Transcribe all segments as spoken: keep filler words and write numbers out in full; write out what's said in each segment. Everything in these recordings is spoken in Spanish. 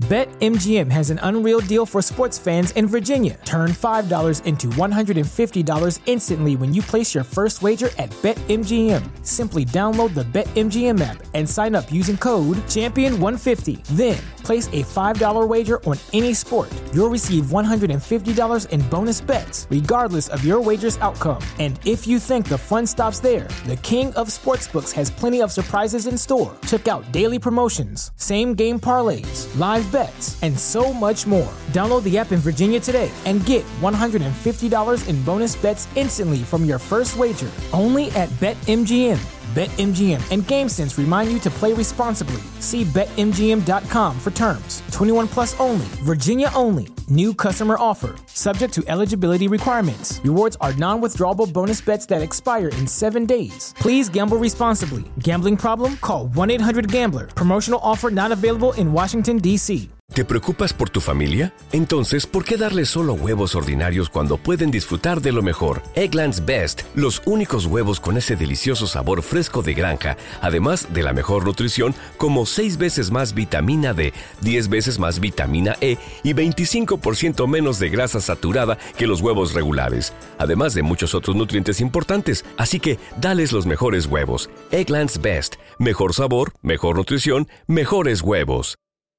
BetMGM has an unreal deal for sports fans in Virginia. Turn five dollars into one hundred fifty dollars instantly when you place your first wager at BetMGM. Simply download the BetMGM app and sign up using code champion one fifty. Then, place a five dollars wager on any sport. You'll receive one hundred fifty dollars in bonus bets, regardless of your wager's outcome. And if you think the fun stops there, the King of Sportsbooks has plenty of surprises in store. Check out daily promotions, same-game parlays, live bets, and so much more. Download the app in Virginia today and get one hundred fifty dollars in bonus bets instantly from your first wager. Only at BetMGM. BetMGM and GameSense remind you to play responsibly. See Bet M G M dot com for terms. twenty-one plus only. Virginia only. New customer offer. Subject to eligibility requirements. Rewards are non-withdrawable bonus bets that expire in seven days. Please gamble responsibly. Gambling problem? Call one eight hundred gambler. Promotional offer not available in Washington, D C ¿Te preocupas por tu familia? Entonces, ¿por qué darles solo huevos ordinarios cuando pueden disfrutar de lo mejor? Eggland's Best, los únicos huevos con ese delicioso sabor fresco de granja, además de la mejor nutrición, como seis veces más vitamina D, diez veces más vitamina E y veinticinco por ciento menos de grasa saturada que los huevos regulares, además de muchos otros nutrientes importantes. Así que, dales los mejores huevos. Eggland's Best, mejor sabor, mejor nutrición, mejores huevos.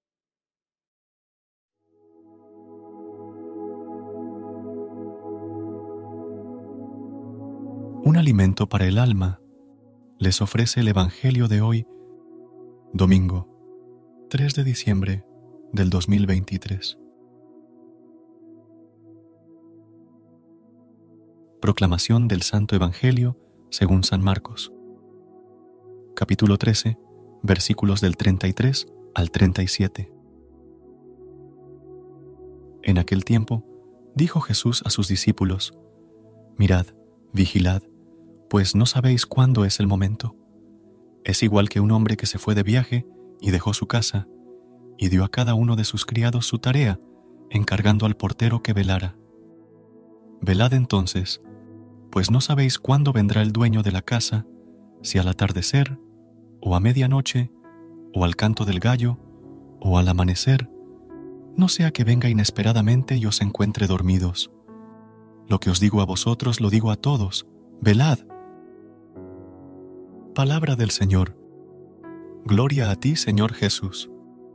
Un alimento para el alma les ofrece el Evangelio de hoy, domingo, tres de diciembre del dos mil veintitrés. Proclamación del Santo Evangelio según San Marcos. Capítulo trece, versículos del treinta y tres al treinta y siete. En aquel tiempo, dijo Jesús a sus discípulos: Mirad, vigilad, pues no sabéis cuándo es el momento. Es igual que un hombre que se fue de viaje y dejó su casa, y dio a cada uno de sus criados su tarea, encargando al portero que velara. Velad entonces, pues no sabéis cuándo vendrá el dueño de la casa, si al atardecer, o a medianoche, o al canto del gallo, o al amanecer, no sea que venga inesperadamente y os encuentre dormidos. Lo que os digo a vosotros lo digo a todos: velad. Palabra del Señor. Gloria a ti, Señor Jesús.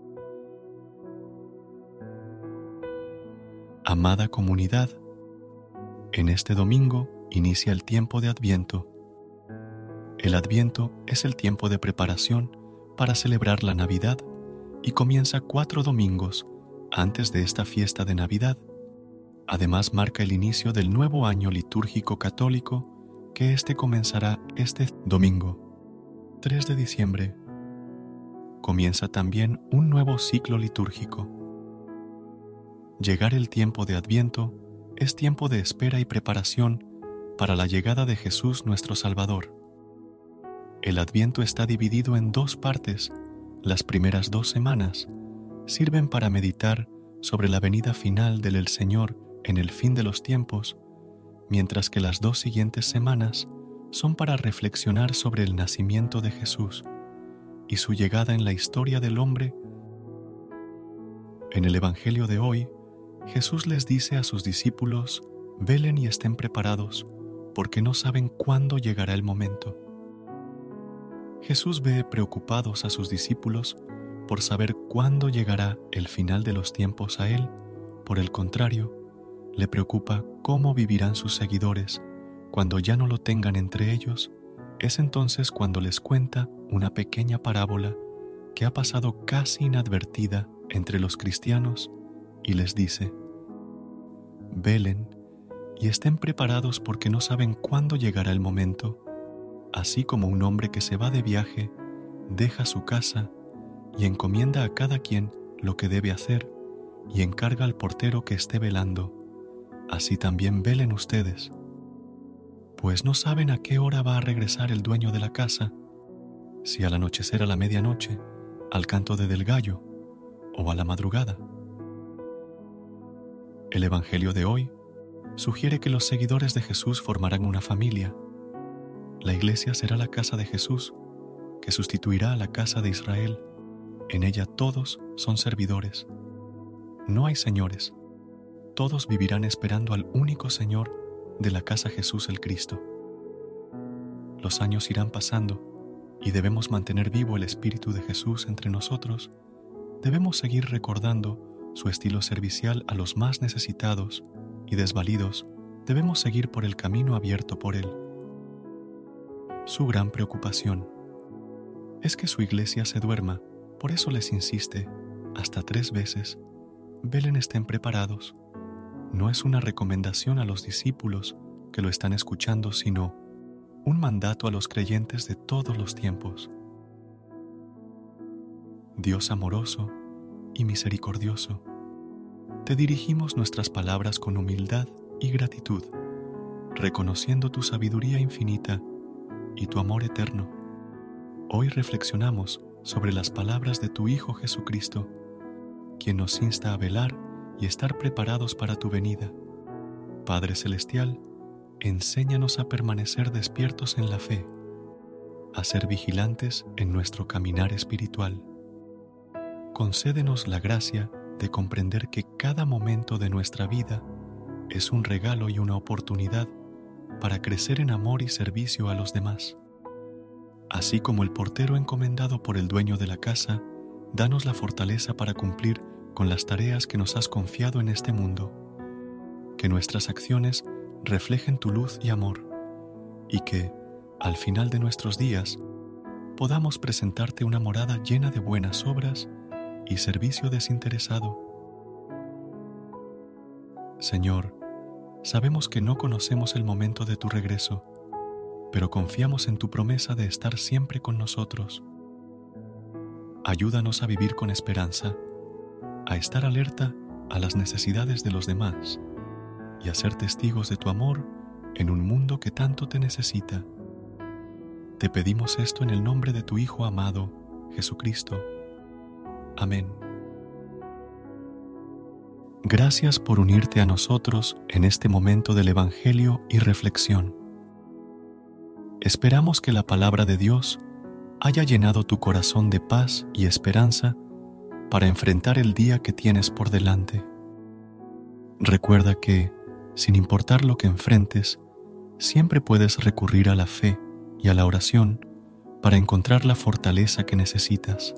Amada comunidad, en este domingo inicia el tiempo de Adviento. El Adviento es el tiempo de preparación para celebrar la Navidad y comienza cuatro domingos antes de esta fiesta de Navidad. Además, marca el inicio del nuevo año litúrgico católico, que este comenzará este domingo, tres de diciembre. Comienza también un nuevo ciclo litúrgico. Llegar el tiempo de Adviento es tiempo de espera y preparación para la llegada de Jesús nuestro Salvador. El Adviento está dividido en dos partes. Las primeras dos semanas sirven para meditar sobre la venida final del Señor en el fin de los tiempos, mientras que las dos siguientes semanas son para reflexionar sobre el nacimiento de Jesús y su llegada en la historia del hombre. En el Evangelio de hoy, Jesús les dice a sus discípulos: velen y estén preparados, porque no saben cuándo llegará el momento. Jesús ve preocupados a sus discípulos por saber cuándo llegará el final de los tiempos a Él. Por el contrario, le preocupa cómo vivirán sus seguidores cuando ya no lo tengan entre ellos. Es entonces cuando les cuenta una pequeña parábola que ha pasado casi inadvertida entre los cristianos y les dice: velen y estén preparados porque no saben cuándo llegará el momento. Así como un hombre que se va de viaje deja su casa y encomienda a cada quien lo que debe hacer y encarga al portero que esté velando, así también velen ustedes, pues no saben a qué hora va a regresar el dueño de la casa, si al anochecer a la medianoche, al canto de del gallo o a la madrugada. El Evangelio de hoy sugiere que los seguidores de Jesús formarán una familia. La iglesia será la casa de Jesús, que sustituirá a la casa de Israel. En ella todos son servidores, no hay señores. Todos vivirán esperando al único Señor de la casa Jesús el Cristo. Los años irán pasando y debemos mantener vivo el Espíritu de Jesús entre nosotros. Debemos seguir recordando su estilo servicial a los más necesitados y desvalidos. Debemos seguir por el camino abierto por Él. Su gran preocupación es que su iglesia se duerma, por eso les insiste, hasta tres veces, velen estén preparados. No es una recomendación a los discípulos que lo están escuchando, sino un mandato a los creyentes de todos los tiempos. Dios amoroso y misericordioso, te dirigimos nuestras palabras con humildad y gratitud, reconociendo tu sabiduría infinita y tu amor eterno. Hoy reflexionamos sobre las palabras de tu Hijo Jesucristo, quien nos insta a velar y estar preparados para tu venida. Padre Celestial, enséñanos a permanecer despiertos en la fe, a ser vigilantes en nuestro caminar espiritual. Concédenos la gracia de comprender que cada momento de nuestra vida es un regalo y una oportunidad para crecer en amor y servicio a los demás. Así como el portero encomendado por el dueño de la casa, danos la fortaleza para cumplir con las tareas que nos has confiado en este mundo. Que nuestras acciones reflejen tu luz y amor, y que, al final de nuestros días, podamos presentarte una morada llena de buenas obras y servicio desinteresado. Señor, sabemos que no conocemos el momento de tu regreso, pero confiamos en tu promesa de estar siempre con nosotros. Ayúdanos a vivir con esperanza, a estar alerta a las necesidades de los demás y a ser testigos de tu amor en un mundo que tanto te necesita. Te pedimos esto en el nombre de tu Hijo amado, Jesucristo. Amén. Gracias por unirte a nosotros en este momento del Evangelio y reflexión. Esperamos que la palabra de Dios haya llenado tu corazón de paz y esperanza para enfrentar el día que tienes por delante. Recuerda que, sin importar lo que enfrentes, siempre puedes recurrir a la fe y a la oración para encontrar la fortaleza que necesitas.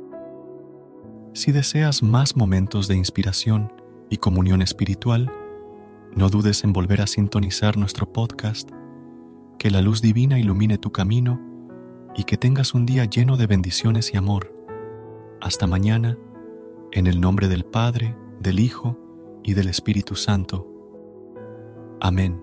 Si deseas más momentos de inspiración y comunión espiritual, no dudes en volver a sintonizar nuestro podcast. Que la luz divina ilumine tu camino y que tengas un día lleno de bendiciones y amor. Hasta mañana, en el nombre del Padre, del Hijo y del Espíritu Santo. Amén.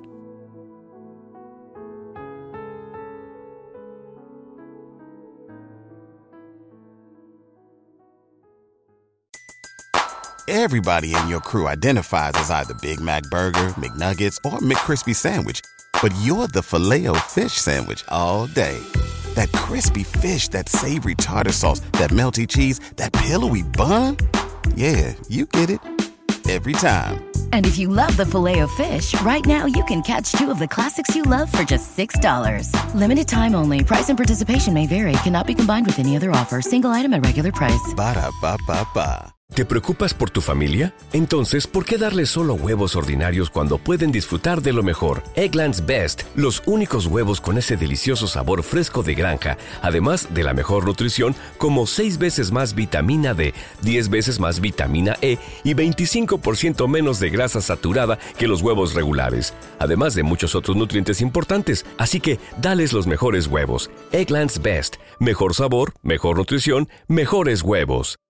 Everybody in your crew identifies as either Big Mac Burger, McNuggets, or McCrispy Sandwich. But you're the Filet-O-Fish Sandwich all day. That crispy fish, that savory tartar sauce, that melty cheese, that pillowy bun. Yeah, you get it. Every time. And if you love the Filet-O-Fish, right now you can catch two of the classics you love for just six dollars. Limited time only. Price and participation may vary. Cannot be combined with any other offer. Single item at regular price. Ba-da-ba-ba-ba. ¿Te preocupas por tu familia? Entonces, ¿por qué darles solo huevos ordinarios cuando pueden disfrutar de lo mejor? Eggland's Best, los únicos huevos con ese delicioso sabor fresco de granja, además de la mejor nutrición, como seis veces más vitamina D, diez veces más vitamina E y veinticinco por ciento menos de grasa saturada que los huevos regulares, además de muchos otros nutrientes importantes. Así que, dales los mejores huevos. Eggland's Best, mejor sabor, mejor nutrición, mejores huevos.